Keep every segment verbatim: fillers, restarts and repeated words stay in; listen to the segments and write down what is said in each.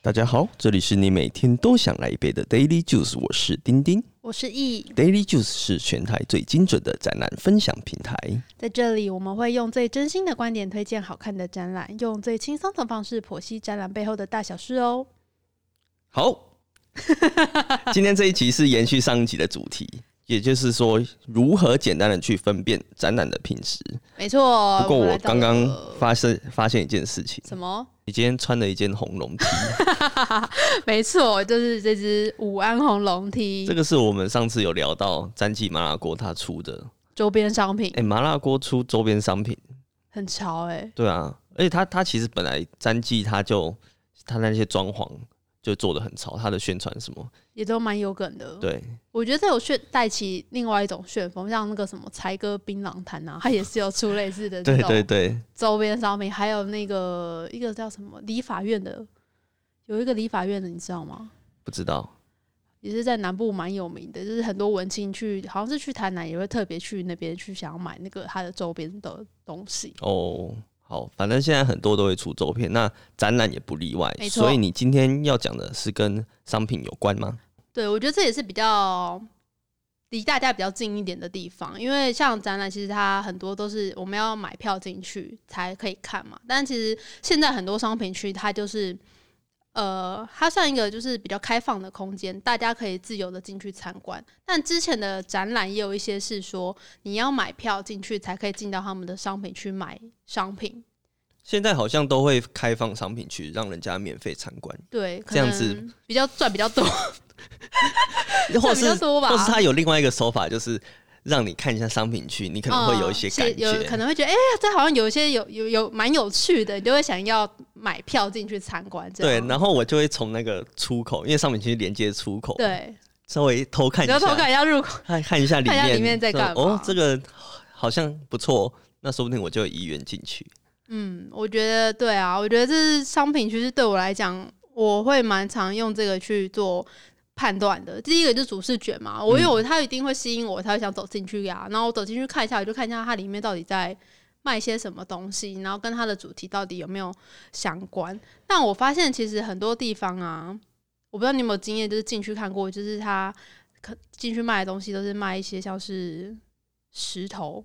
大家好，这里是你每天都想来一杯的 Daily Juice， 我是丁丁， 我是易。 Daily Juice 是全台最精准的展览分享平台， 在这里我们会用最真心的观点推荐好看的展览，用最轻松的方式剖析展览背后的大小事哦。好， 今天这一集是延续上一集的主题，也就是说如何简单的去分辨展览的品质。 没错。 不过我刚刚发现发现一件事情。 什么？ 你今天穿了一件红龙 T。 没错，就是这只午安红龙 T。 这个是我们上次有聊到詹记麻辣锅它出的周边商品。 哎、欸，麻辣锅出周边商品很潮哎、欸。 对啊，而且它它其实本来詹记它就它那些装潢就做得很潮，它的宣传什么也都蛮有梗的。 对， 我觉得这有旋带起另外一种旋风，像那个什么才哥槟榔摊啊，它也是有出类似的这种周边商品。还有那个一个叫什么理法院的，有一个理法院的，你知道吗？不知道， 也是在南部蛮有名的，就是很多文青去，好像是去台南也会特别去那边去想要买那个它的周边的东西哦。好，反正现在很多都会出周边，那展览也不例外。所以你今天要讲的是跟商品有关吗？ 对，我觉得这也是比较离大家比较近一点的地方，因为像展览其实它很多都是我们要买票进去才可以看嘛，但其实现在很多商品区它就是呃，它算一个就是比较开放的空间，大家可以自由的进去参观。但之前的展览也有一些是说你要买票进去才可以进到他们的商品区买商品， 现在好像都会开放商品区让人家免费参观。 对， 这样子比较赚比较多或是或是他有另外一个手法，就是让你看一下商品区，你可能会有一些感觉， 嗯、有可能会觉得哎、欸，这好像有一些有有有蛮有趣的，你就会想要买票进去参观。对， 然后我就会从那个出口，因为商品区连接出口， 对， 稍微偷看一下， 偷看一下入口， 看看一下里面， 看一下里面在干嘛。 哦，这个好像不错，那说不定我就有意愿进去。 嗯，我觉得对啊，我觉得这是商品区，是对我来讲，我会蛮常用这个去做判断的。第一个就是主视觉嘛，我因为我它一定会吸引我，才会想走进去啊。然后我走进去看一下，我就看一下它里面到底在卖些什么东西，然后跟它的主题到底有没有相关。但我发现其实很多地方啊，我不知道你有没有经验，就是进去看过，就是它进去卖的东西都是卖一些像是石头。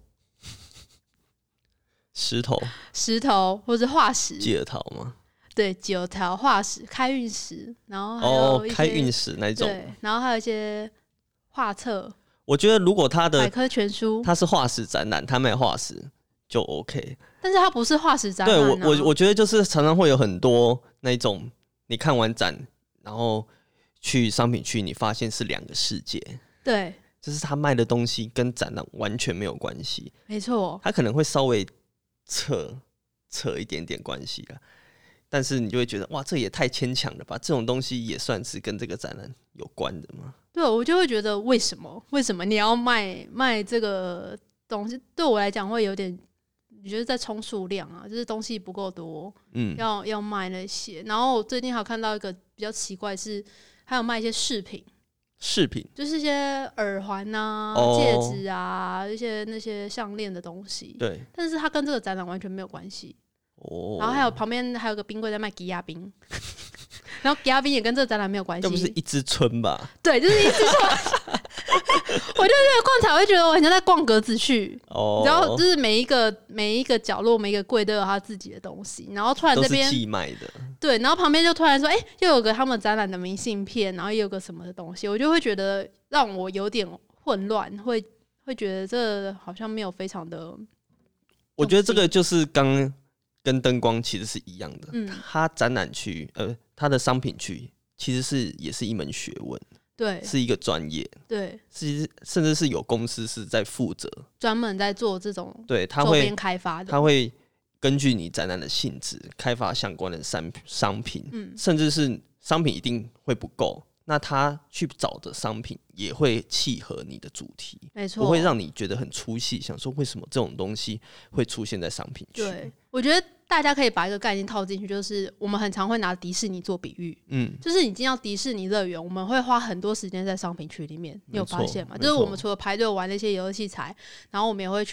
石头， 石头，或者化石， 吉尔陶吗？ 对，吉尔陶化石、开运石，然后还有一些、 哦、开运石那种， 对，然后还有一些画册。 我觉得如果他的百科全书， 它是化石展览，他卖化石就 OK。但是它不是化石展览、啊。 对，我我我觉得就是常常会有很多那种，你看完展，然后去商品区，你发现是两个世界。 对， 就是他卖的东西跟展览完全没有关系。 没错， 他可能会稍微扯扯一点点关系啦，但是你就会觉得哇，这也太牵强了吧？这种东西也算是跟这个展览有关的吗？ 对，我就会觉得为什么？为什么你要卖卖这个东西？对我来讲会有点，你觉得在冲数量啊，就是东西不够多，嗯，要要卖那些。然后我最近还有看到一个比较奇怪是，还有卖一些饰品。 饰品就是一些耳环啊、oh. 戒指啊、一些那些项链的东西。 对， 但是它跟这个展览完全没有关系。哦、oh. 然后还有旁边还有个冰柜在卖吉亚冰，然后吉亚冰也跟这个展览没有关系。 这不是一枝春吧？ 对，就是一枝春。我就觉得逛彩，我会觉得我很像在逛格子去。哦、oh. ，然后就是每一个每一个角落、每一个柜都有他自己的东西，然后突然这边都是寄卖的。 对，然后旁边就突然说，哎、欸，又有个他们展览的明信片，然后又有个什么的东西，我就会觉得让我有点混乱，会会觉得这好像没有非常的。 我觉得这个就是刚跟灯光其实是一样的，嗯，它展览区呃，它的商品区其实是也是一门学问， 对， 是一个专业， 对， 是甚至是有公司是在负责专门在做这种对，他会周边开发的， 他会。根据你展览的性质，开发相关的商商品、嗯，甚至是商品一定会不够，那他去找的商品也会契合你的主题， 没错， 不会让你觉得很出戏，想说为什么这种东西会出现在商品区？ 对，我觉得大家可以把一个概念套进去，就是我们很常会拿迪士尼做比喻，嗯，就是你进到迪士尼乐园，我们会花很多时间在商品区里面，你有发现吗？就是我们除了排队玩那些游乐器材，然后我们也会去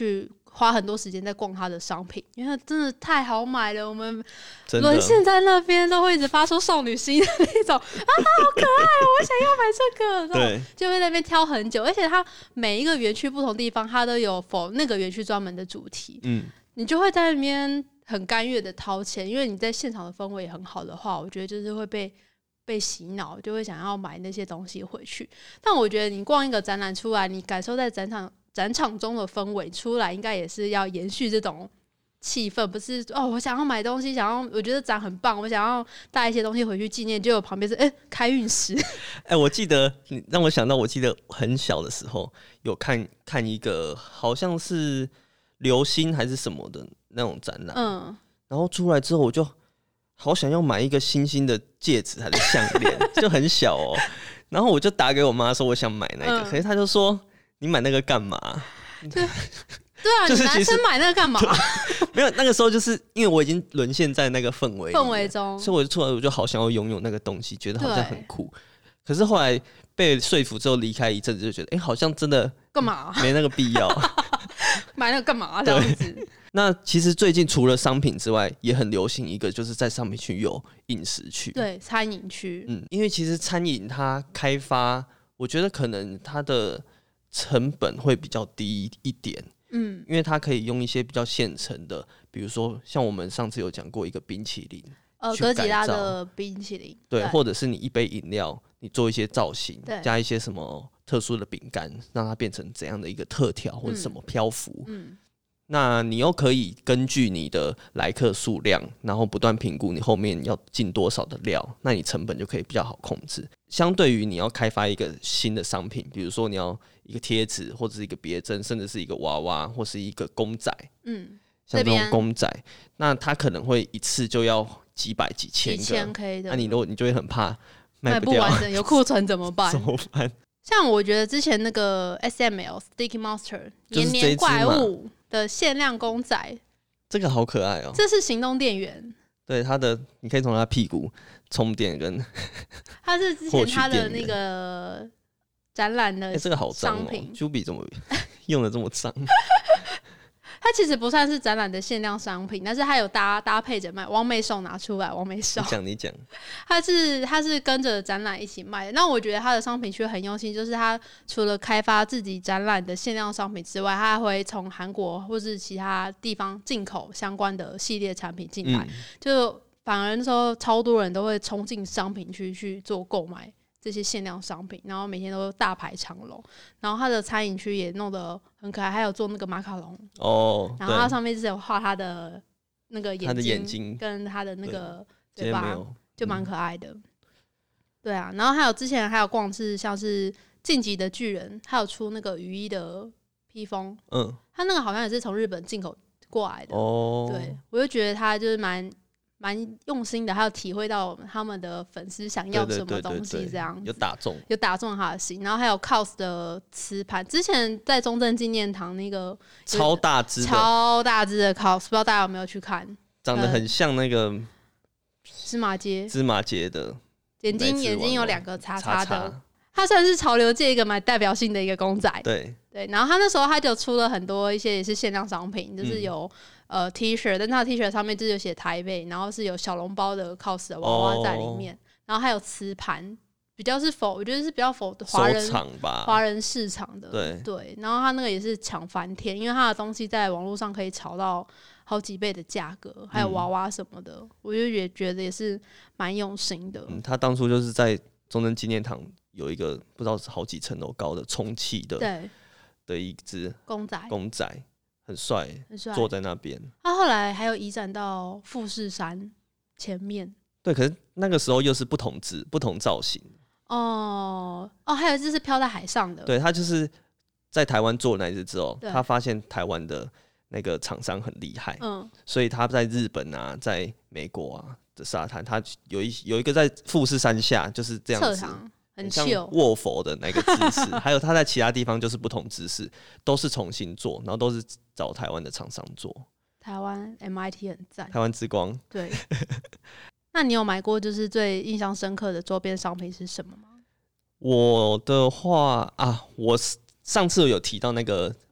花很多时间在逛它的商品，因为它真的太好买了。我们真的沦陷在那边都会一直发出少女心的那种啊，好可爱哦，我想要买这个， 对， 就会在那边挑很久。而且它每一个园区不同地方，它都有否那个园区专门的主题，嗯，你就会在那边很甘愿的掏钱，因为你在现场的氛围也很好的话，我觉得就是会被被洗脑，就会想要买那些东西回去。但我觉得你逛一个展览出来，你感受在展场展场中的氛围出来，应该也是要延续这种气氛，不是哦，我想要买东西，想要我觉得展很棒，我想要带一些东西回去纪念，结果旁边是哎、欸、开运石。 哎、欸，我记得你让我想到，我记得很小的时候有看看一个好像是流星还是什么的那种展览，嗯，然后出来之后我就好想要买一个星星的戒指还是项链，就很小哦，然后我就打给我妈说我想买那个，嗯、可是她就说你买那个干嘛？ 对对啊，就是你男生买那个干嘛？ 没有，那个时候就是因为我已经沦陷在那个氛围氛围中， 所以我就出来我就好想要拥有那个东西，觉得好像很酷。可是后来被说服之后，离开一阵子就觉得，哎、欸，好像真的干嘛没那个必要， 买那个干嘛这样子？ 那其实最近除了商品之外，也很流行一个，就是在商品区有饮食区， 对，餐饮区。 嗯，因为其实餐饮它开发，我觉得可能它的成本会比较低一点，嗯，因为它可以用一些比较现成的，比如说像我们上次有讲过一个冰淇淋， 呃，哥吉拉的冰淇淋， 对，对，或者是你一杯饮料，你做一些造型，加一些什么特殊的饼干，让它变成怎样的一个特调或者什么漂浮，嗯。嗯，那你又可以根据你的来客数量，然后不断评估你后面要进多少的料，那你成本就可以比较好控制。相对于你要开发一个新的商品，比如说你要一个贴纸，或者是一个别针，甚至是一个娃娃，或是一个公仔，嗯，像这种公仔，那它可能会一次就要几百几千个， 几千 K 的， 那、啊、你都你就会很怕卖不完整，有库存怎么办？ 怎么办？ 像我觉得之前那个 S M L Sticky Monster 年年怪物的限量公仔， 这个好可爱哦！ 这是行动电源， 对它的，你可以从它屁股充电跟它是之前它的那个展览的商品， 欸、这个好脏哦 ，Juby 怎么用的这么脏？ 它其实不算是展览的限量商品，但是它有搭搭配着卖。王美手拿出来，王美手， 你讲你讲， 它是它是跟着展览一起卖的。那我觉得它的商品区很用心，就是它除了开发自己展览的限量商品之外，它还会从韩国或是其他地方进口相关的系列产品进来，嗯、就反而那时候超多人都会冲进商品区去做购买这些限量商品，然后每天都大排长龙，然后它的餐饮区也弄得很可爱，还有做那个马卡龙哦，然后它上面是有画它的那个眼睛， 眼睛跟它的那个嘴巴，就蛮可爱的。嗯、对啊，然后还有之前还有逛是像是晋级的巨人，还有出那个雨衣的披风，嗯，它那个好像也是从日本进口过来的哦。对，我就觉得它就是蛮。蛮用心的，还有体会到他们的粉丝想要什么东西，这样子有打中， 有打中他的心。然后还有 C O S 的磁盘，之前在中正纪念堂那个超大只、 超大只的 C O S， 不知道大家有没有去看？ 长得很像那个芝麻街， 芝麻街的眼睛，眼睛有两个叉叉的。它算是潮流界一个蛮代表性的一个公仔， 对对。然后他那时候他就出了很多一些也是限量商品，就是有、嗯、呃 T 恤，但是他的 T 恤上面就有写台北，然后是有小笼包的 C O S 的娃娃在里面，哦、然后还有磁盘，比较是否我觉得是比较否华人华人市场的， 对对。然后他那个也是抢翻天，因为他的东西在网络上可以炒到好几倍的价格，还有娃娃什么的，嗯、我就也觉得也是蛮用心的。 嗯，他当初就是在中正纪念堂。有一个不知道是好几层楼高的充气的， 对的一只公仔， 公仔很帅，很帅，坐在那边。 他后来还有移展到富士山前面， 对，可是那个时候又是不同姿、不同造型。 哦哦，还有一只是飘在海上的， 对，他就是在台湾做那一只之后，他发现台湾的那个厂商很厉害，嗯，所以他在日本啊，在美国啊的沙滩，他有一有一个在富士山下就是这样子。 很像卧佛的那个姿势，还有他在其他地方就是不同姿势，都是重新做，然后都是找台湾的厂商做。 台湾 M I T 很赞， 台湾之光。 对，那你有买过就是最印象深刻的周边商品是什么吗？ 我的话啊，我上次有提到那个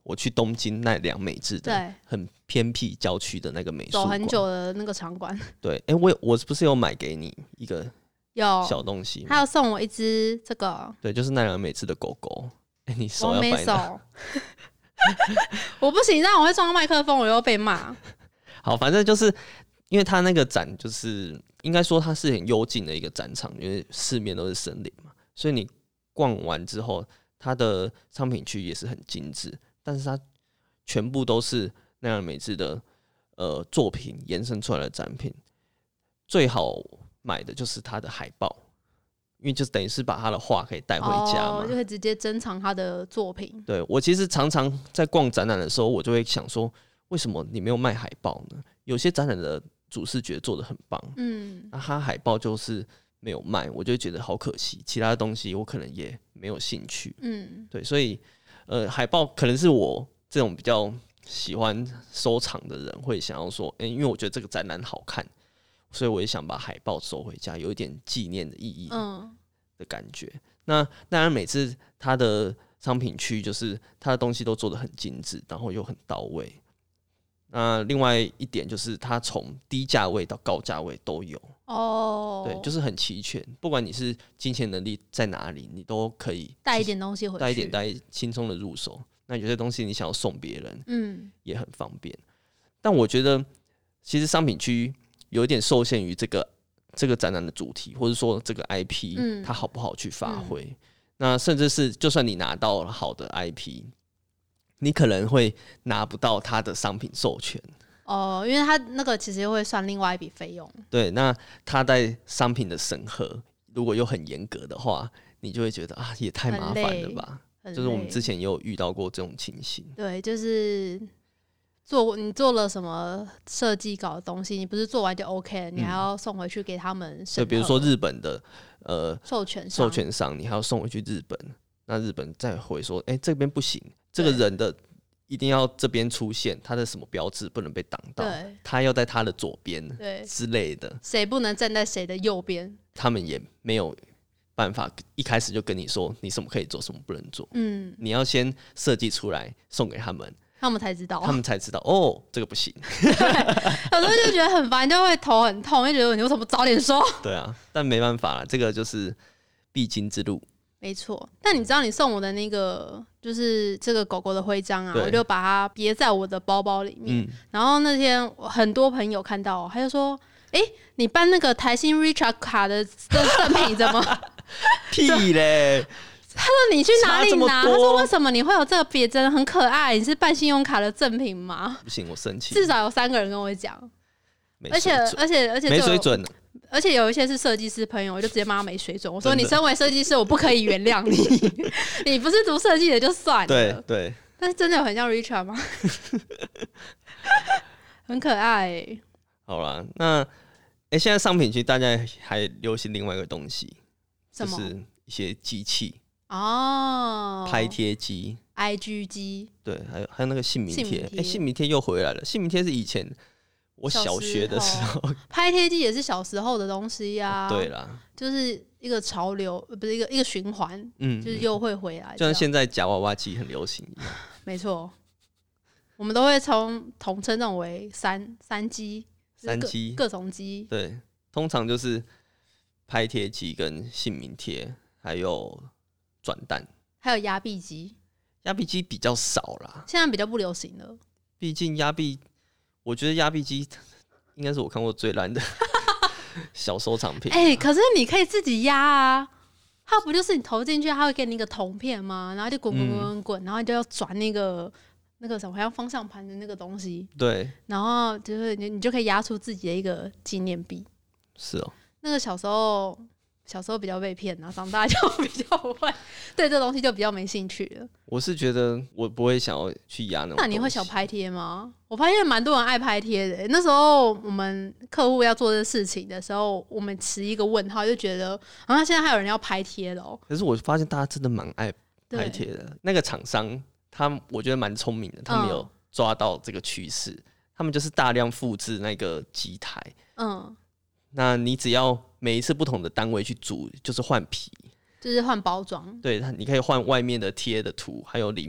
我去东京奈良美智的很偏僻郊区的那个美术馆， 走很久的那个场馆。 对，哎、欸，我我是不是有买给你一个有小东西？ 他有送我一只这个， 对，就是奈良美智的狗狗。哎、欸，你手要摆哪？ 我不行，这样我会撞到麦克风，我又被骂。 好，反正就是因为它那个展，就是应该说它是很幽静的一个展场，因为四面都是森林嘛，所以你逛完之后，它的商品区也是很精致，但是它全部都是奈良美智的呃作品延伸出来的展品。最好买的就是它的海报，因为就等于是把他的画可以带回家嘛， 哦，就可以直接珍藏他的作品。 对，我其实常常在逛展览的时候，我就会想说，为什么你没有卖海报呢？有些展览的主视觉做得很棒，嗯，那他海报就是没有卖，我就会觉得好可惜。其他的东西我可能也没有兴趣，嗯，对，所以呃，海报可能是我这种比较喜欢收藏的人会想要说，欸，因为我觉得这个展览好看。所以我也想把海报收回家，有一点纪念的意义的感觉。嗯、那当然，每次它的商品区就是它的东西都做得很精致，然后又很到位。那另外一点就是，它从低价位到高价位都有哦，对，就是很齐全。不管你是金钱能力在哪里，你都可以带一点东西回去， 带一点带轻松的入手。那有些东西你想要送别人，嗯，也很方便。但我觉得，其实商品区有一点受限于这个这个展览的主题，或者说这个 I P、嗯、它好不好去发挥、嗯。那甚至是就算你拿到了好的 I P， 你可能会拿不到它的商品授权哦，因为它那个其实会算另外一笔费用。 对，那它在商品的审核如果又很严格的话，你就会觉得啊，也太麻烦了吧。就是我们之前也有遇到过这种情形。 对，就是做你做了什么设计稿的东西，你不是做完就 OK 了，你还要送回去给他们审核。 对，比如说日本的呃授权授权商，你还要送回去日本，那日本再回说，哎、欸，这边不行，这个人的一定要这边出现，他的什么标志不能被挡到，他要在他的左边之类的， 谁不能站在谁的右边， 他们也没有办法一开始就跟你说你什么可以做，什么不能做。嗯，你要先设计出来送给他们。 他们才知道， 他们才知道哦，这个不行。 对，有时候就觉得很烦，就会头很痛，就觉得你为什么不早点说？ 对啊，但没办法了，这个就是必经之路。 没错，但你知道你送我的那个就是这个狗狗的徽章啊，我就把它别在我的包包里面。嗯、然后那天很多朋友看到，他就说：“哎、欸，你办那个台新 Richard 卡的赠品怎么？” 屁嘞！ 他说你去哪里拿？他说为什么你会有这个别针？很可爱，你是办信用卡的赠品吗？ 不行，我生气。 至少有三个人跟我讲，而且而且而且没水准， 而且有一些是设计师朋友，我就直接骂他没水准。我说你身为设计师，我不可以原谅你，你不是读设计的就算了。 对对， 但是真的有很像 Richard 吗？很可爱、欸。 好啦，那哎、欸，现在商品区大家还流行另外一个东西，就是一些机器。哦，拍贴机 I G 机， 对，还有还有那个姓名贴，哎、欸，姓名贴又回来了。姓名贴是以前我小学的时候， 时候拍贴机也是小时候的东西呀、啊。 对啦， 就是一个潮流，不是一个一个循环，嗯，就是又会回来， 就像现在夹娃娃机很流行一样。 没错，我们都会从统称这种为三三机， 三机各种机， 对，通常就是拍贴机跟姓名贴，还有转蛋， 还有压币机。 压币机比较少啦， 现在比较不流行了。 毕竟压币，我觉得压币机应该是我看过最烂的小收藏品。 哎、欸，可是你可以自己压啊，它不就是你投进去，它会给你一个铜片吗？然后就滚滚滚滚滚，然后你就要转那个那个什么，好像方向盘的那个东西。 对， 然后就是你你就可以压出自己的一个纪念币。 是哦， 那个小时候。小时候比较被骗，然后长大就比较会对这东西就比较没兴趣了。 我是觉得我不会想要去压那种。 那你会想拍贴吗？我发现蛮多人爱拍贴的、欸。那时候我们客户要做这事情的时候，我们持一个问号，就觉得啊，现在还有人要拍贴了哦。 可是我发现大家真的蛮爱拍贴的。那个厂商他我觉得蛮聪明的，他们有抓到这个趋势、嗯，他们就是大量复制那个机台。嗯。那你只要每一次不同的单位去组，就是换皮， 就是换包装。 对，你可以换外面的贴的图，还有里面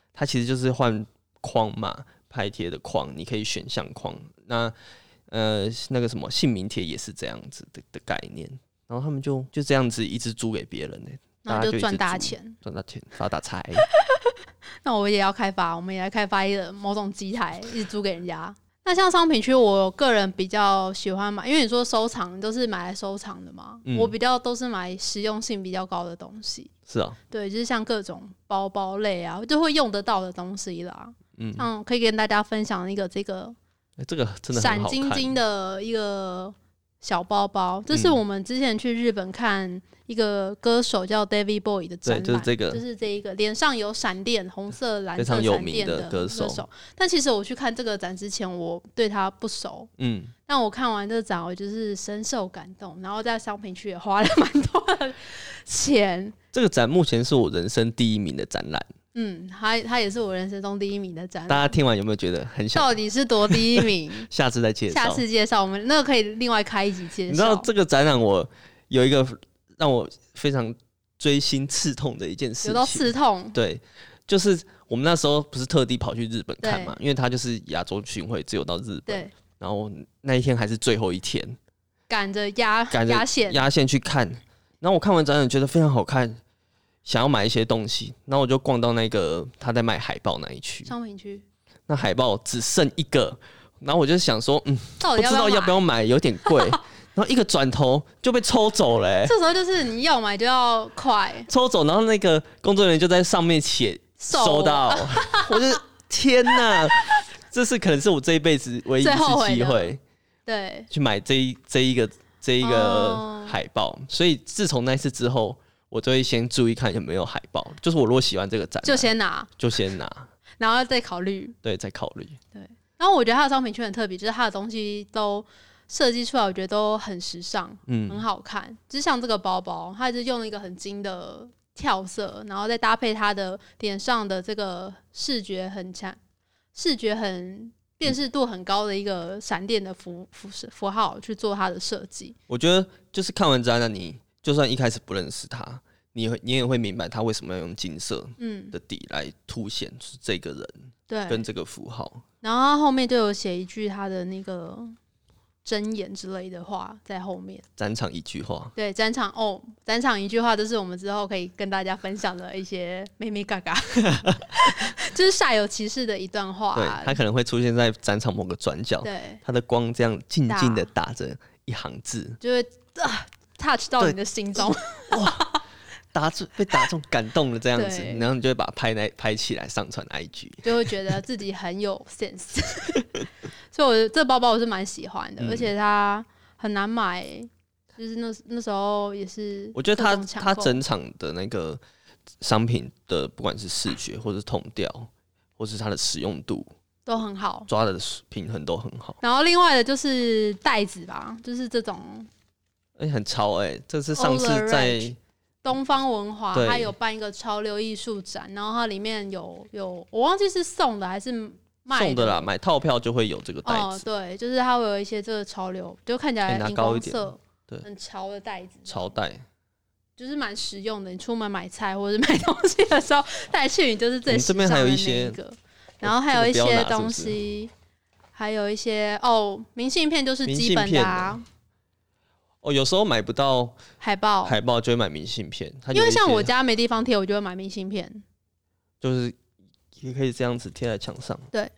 它其实就是换框嘛，拍贴的框，你可以选相框。那呃那个什么姓名贴也是这样子 的, 的概念，然后他们就就这样子一直租给别人呢、欸， 那就赚大钱， 赚大钱，发大财。 那我也要开发，我们也来开发一个某种机台，一直租给人家。那像商品区，我个人比较喜欢买，因为你说收藏都是买来收藏的嘛，嗯、我比较都是买实用性比较高的东西。 是啊， 对，就是像各种包包类啊，就会用得到的东西啦。嗯，像可以跟大家分享一个这个， 欸、这个真的闪晶晶的一个小包包，这是我们之前去日本看一个歌手叫 David Bowie 的展览， 对，就是这个， 就是这一个脸上有闪电，红色、蓝色闪电的歌手。但其实我去看这个展之前，我对他不熟，嗯，但我看完这个展，我就是深受感动，然后在商品区也花了蛮多的钱。 这个展目前是我人生第一名的展览。 嗯，他他也是我人生中第一名的展览。 大家听完有没有觉得很想？ 到底是多第一名？ 下次再介绍。 下次介绍，我们那个可以另外开一集介绍。 你知道这个展览，我有一个让我非常锥心刺痛的一件事情。 有到刺痛？ 对，就是我们那时候不是特地跑去日本看嘛，因为他就是亚洲巡回，只有到日本。对。然后那一天还是最后一天， 赶着压压线压线去看。然后我看完展览觉得非常好看。想要买一些东西，然后我就逛到那个他在卖海报那一区， 商品区。 那海报只剩一个，然后我就想说，嗯， 到底要不要不知道要不要买，有点贵。然后一个转头就被抽走了、欸。 这时候就是你要买就要快， 抽走，然后那个工作人员就在上面写收到，我就天哪，这是可能是我这一辈子唯一一次机会， 对， 去买这一这一个这一个海报。哦、所以自从那一次之后。我就会先注意看有没有海报，就是我如果喜欢这个展， 就先拿， 就先拿， 然后再考虑， 对，再考虑， 对。然后我觉得它的商品圈很特别，就是它的东西都设计出来，我觉得都很时尚，嗯，很好看。就像这个包包，它是用一个很精的跳色，然后再搭配它的脸上的这个视觉很强、视觉很辨识度很高的一个闪电的符符符号去做它的设计。 我觉得就是看完展览你。就算一开始不认识他，你你也会明白他为什么要用金色的底来凸显这个人，对，跟这个符号。 然后他后面就有写一句他的那个箴言之类的话在后面。 展场一句话， 对，展场哦，展场一句话，这是我们之后可以跟大家分享的一些妹妹嘎嘎，就是煞有其事的一段话、啊。 对，他可能会出现在展场某个转角，对，他的光这样静静的打着一行字， 就会。啊touch 到你的心中， 哇，打中被打中感动了这样子，然后你就会把它拍来拍起来上传 I G， 就会觉得自己很有 sense。所以我这包包我是蛮喜欢的、嗯，而且它很难买，就是那那时候也是。 我觉得它它整场的那个商品的不管是视觉或是同调，或是它的使用度都很好， 抓的平衡都很好。 然后另外的就是袋子吧，就是这种。 哎、欸，很潮哎、欸！这是上次在东方文华，它有办一个潮流艺术展，然后它里面有有我忘记是送的还是卖的送的啦，买套票就会有这个袋子。哦， 对，就是它会有一些这个潮流，就看起来荧光色，对，很潮的袋子， 潮袋， 就是蛮实用的。你出门买菜或者买东西的时候带去，你就是最时尚的那一个。然后还有一些东西，是是还有一些哦，明信片就是基本的啊。 哦，有时候买不到海报， 海报就会买明信片。 因为像我家没地方贴，我就会买明信片， 就是也可以这样子贴在墙上。 对。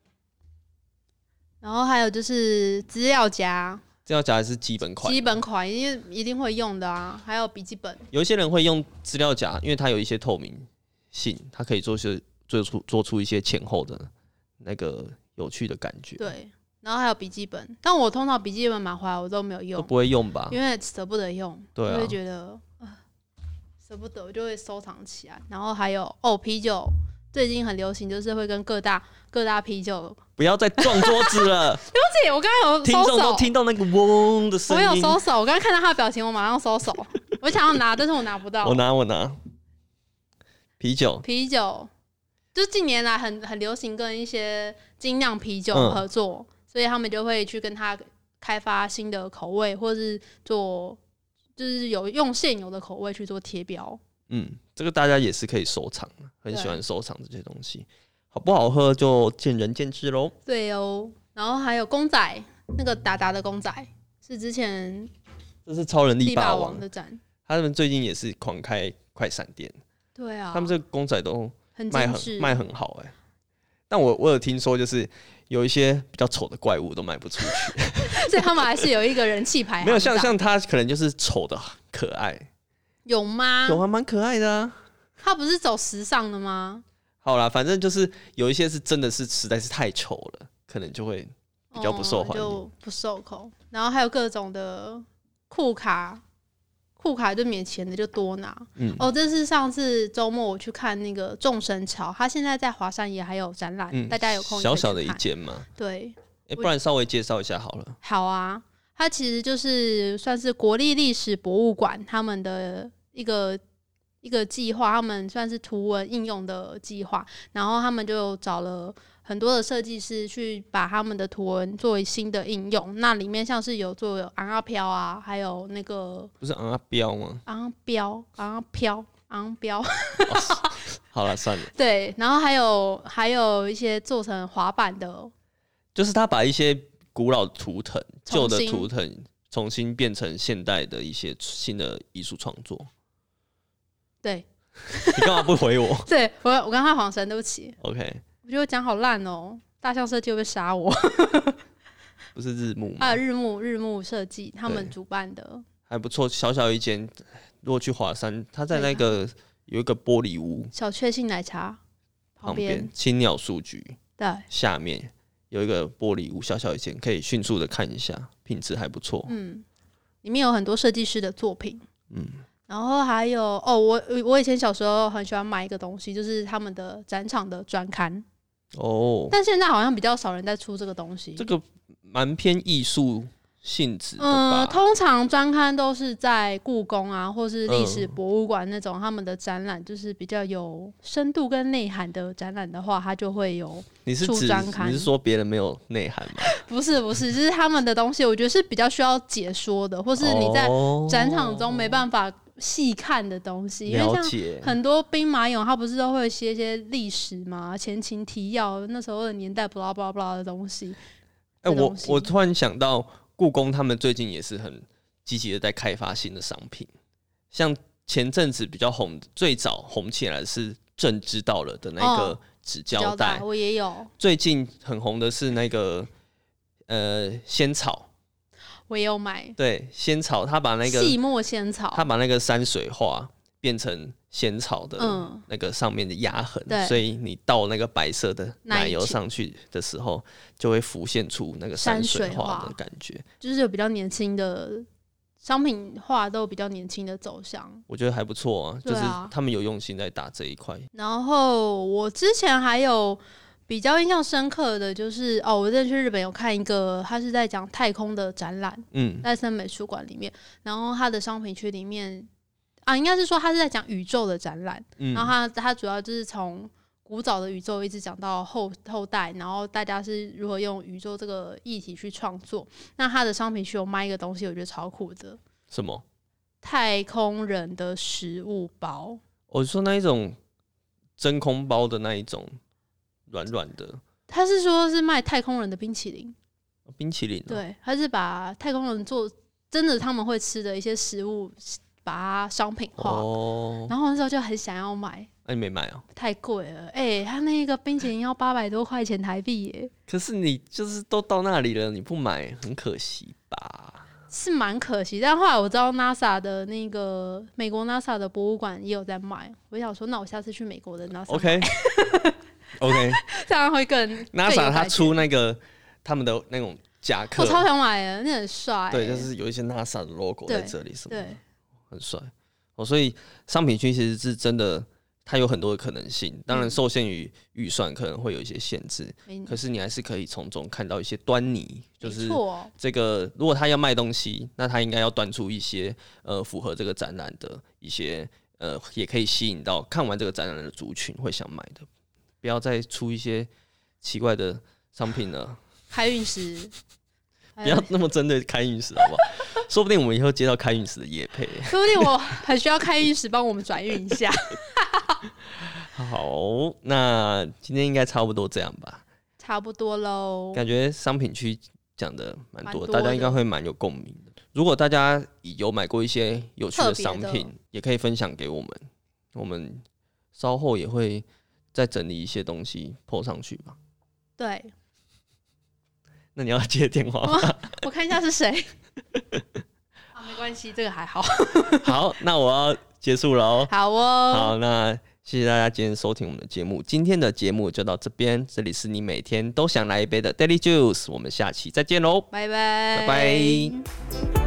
然后还有就是资料夹， 资料夹还是基本款， 基本款因为一定会用的啊。还有笔记本， 有一些人会用资料夹，因为它有一些透明性，它可以做出做出做出一些前后的那个有趣的感觉。 对。然后还有笔记本，但我通常笔记本买回来我都没有用， 都不会用吧？ 因为舍不得用， 对啊， 就会觉得呃舍不得，我就会收藏起来。然后还有哦，啤酒最近很流行，就是会跟各大各大啤酒， 不要再撞桌子了。 对不起，我刚刚有收手， 听众都听到那个嗡的声音， 我有收手。我刚刚看到他的表情，我马上收手。我想要拿，但是我拿不到。 我拿，我拿。啤酒， 啤酒，就近年来很很流行跟一些精酿啤酒合作。嗯，所以他们就会去跟他开发新的口味，或是做就是有用现有的口味去做贴标。 嗯，这个大家也是可以收藏，很喜欢收藏这些东西。好不好喝就见仁见智咯。 对哦，然后还有公仔，那个达达的公仔是之前这是超人力霸王, 王的展， 他们最近也是狂开快闪店。 对啊， 他们这个公仔都卖 很, 很卖很好哎、欸。但我我有听说，就是有一些比较丑的怪物都卖不出去， 所以他们还是有一个人气排行。 没有像像他可能就是丑的可爱， 有吗？ 有啊，蛮可爱的啊。 他不是走时尚的吗？ 好啦，反正就是有一些是真的是实在是太丑了，可能就会比较不受欢迎， 哦、就不受控。然后还有各种的酷卡，酷卡就免钱的就多拿。嗯，哦，这是上次周末我去看那个众神桥，他现在在华山也还有展览、嗯，大家有空小小的一间嘛。 对， 欸、不然稍微介绍一下好了。 好啊，它其实就是算是国立历史博物馆他们的一个。一个计划，他们算是图文应用的计划，然后他们就找了很多的设计师去把他们的图文作为新的应用。那里面像是有做有昂阿飘啊，还有那个不是昂阿彪吗？ 昂阿彪、昂阿飘、昂彪。 哦、好了，算了。 对，然后还有还有一些做成滑板的， 就是他把一些古老的图腾、旧的图腾重新变成现代的一些新的艺术创作。 对， 你干嘛不回我？ 对我，我刚才晃神，对不起。 OK， 我觉得我讲好烂哦，大象设计会不会杀我？ 不是日暮吗？ 啊，日暮日暮设计他们主办的， 还不错，小小一间。如果去华山，他在那个有一个玻璃屋， 小确幸奶茶旁边，青鸟书局对下面有一个玻璃屋，小小一间，可以迅速的看一下，品质还不错。 嗯，里面有很多设计师的作品。嗯。然后还有哦，我我以前小时候很喜欢买一个东西，就是他们的展场的专刊哦，但现在好像比较少人在出这个东西。 这个蛮偏艺术性质的吧？ 嗯，通常专刊都是在故宫啊，或是历史博物馆那种、嗯、他们的展览，就是比较有深度跟内涵的展览的话，它就会有出专刊。 你是说别人没有内涵吗？ 不是不是，就是他们的东西，我觉得是比较需要解说的，或是你在展场中没办法细看的东西，因为像很多兵马俑，它不是都会写一些历史嘛、前情提要、那时候的年代，巴拉巴拉巴拉的东西。 哎、欸，我我突然想到，故宫他们最近也是很积极的在开发新的商品，像前阵子比较红，最早红起来的是朕知道了的那个纸胶带、 哦，我也有。 最近很红的是那个呃仙草。 我也有买， 对，仙草，他把那个细墨仙草， 他把那个山水画变成仙草的那个上面的压痕、嗯，所以你倒那个白色的奶油上去的时候，就会浮现出那个山水画的感觉， 就是有比较年轻的商品画都有比较年轻的走向， 我觉得还不错啊，就是他们有用心在打这一块。 然后我之前还有。比较印象深刻的就是哦，我之前去日本有看一个，他是在讲太空的展览，嗯，在森美术馆里面，然后他的商品区里面啊，应该是说他是在讲宇宙的展览，嗯、然后他他主要就是从古早的宇宙一直讲到后后代，然后大家是如何用宇宙这个议题去创作。那他的商品区有卖一个东西，我觉得超酷的， 什么？ 太空人的食物包。 我说那一种真空包的那一种。软软的， 他是说是卖太空人的冰淇淋， 冰淇淋、喔， 对，他是把太空人做真的他们会吃的一些食物，把它商品化，哦、然后那时候就很想要买， 那、啊、你没买哦、喔？ 太贵了，哎、欸，他那个冰淇淋要八百多块钱台币耶， 可是你就是都到那里了，你不买很可惜吧？ 是蛮可惜，但后来我知道 NASA 的那个美国 NASA 的博物馆也有在卖，我想说，那我下次去美国的 NASA OK OK 这样会更 NASA 他出那个他们的那种夹克， 我超想买的，那很帅。 对，就是有一些 NASA 的 logo 在这里什么的，对，很帅哦。所以商品区其实是真的，它有很多的可能性，当然受限于预算可能会有一些限制，嗯、可是你还是可以从中看到一些端倪，就是这个如果他要卖东西，那他应该要端出一些呃符合这个展览的一些呃，也可以吸引到看完这个展览的族群会想买的，不要再出一些奇怪的商品了。 开运石不要那么针对开运石好不好？说不定我们以后接到开运石的业配， 说不定我很需要开运石帮我们转运一下。 好，那今天应该差不多这样吧？ 差不多喽。 感觉商品区讲的蛮多， 多大家应该会蛮有共鸣的。如果大家有买过一些有趣的商品，也可以分享给我们，我们稍后也会再整理一些东西 po 上去吧。 对。 那你要接电话吗？ 我看一下是谁。啊，没关系，这个还好。 好，那我要结束了哦。 好哦。 好，那谢谢大家今天收听我们的节目。今天的节目就到这边，这里是你每天都想来一杯的 Daily Juice， 我们下期再见喽， 拜拜， 拜拜。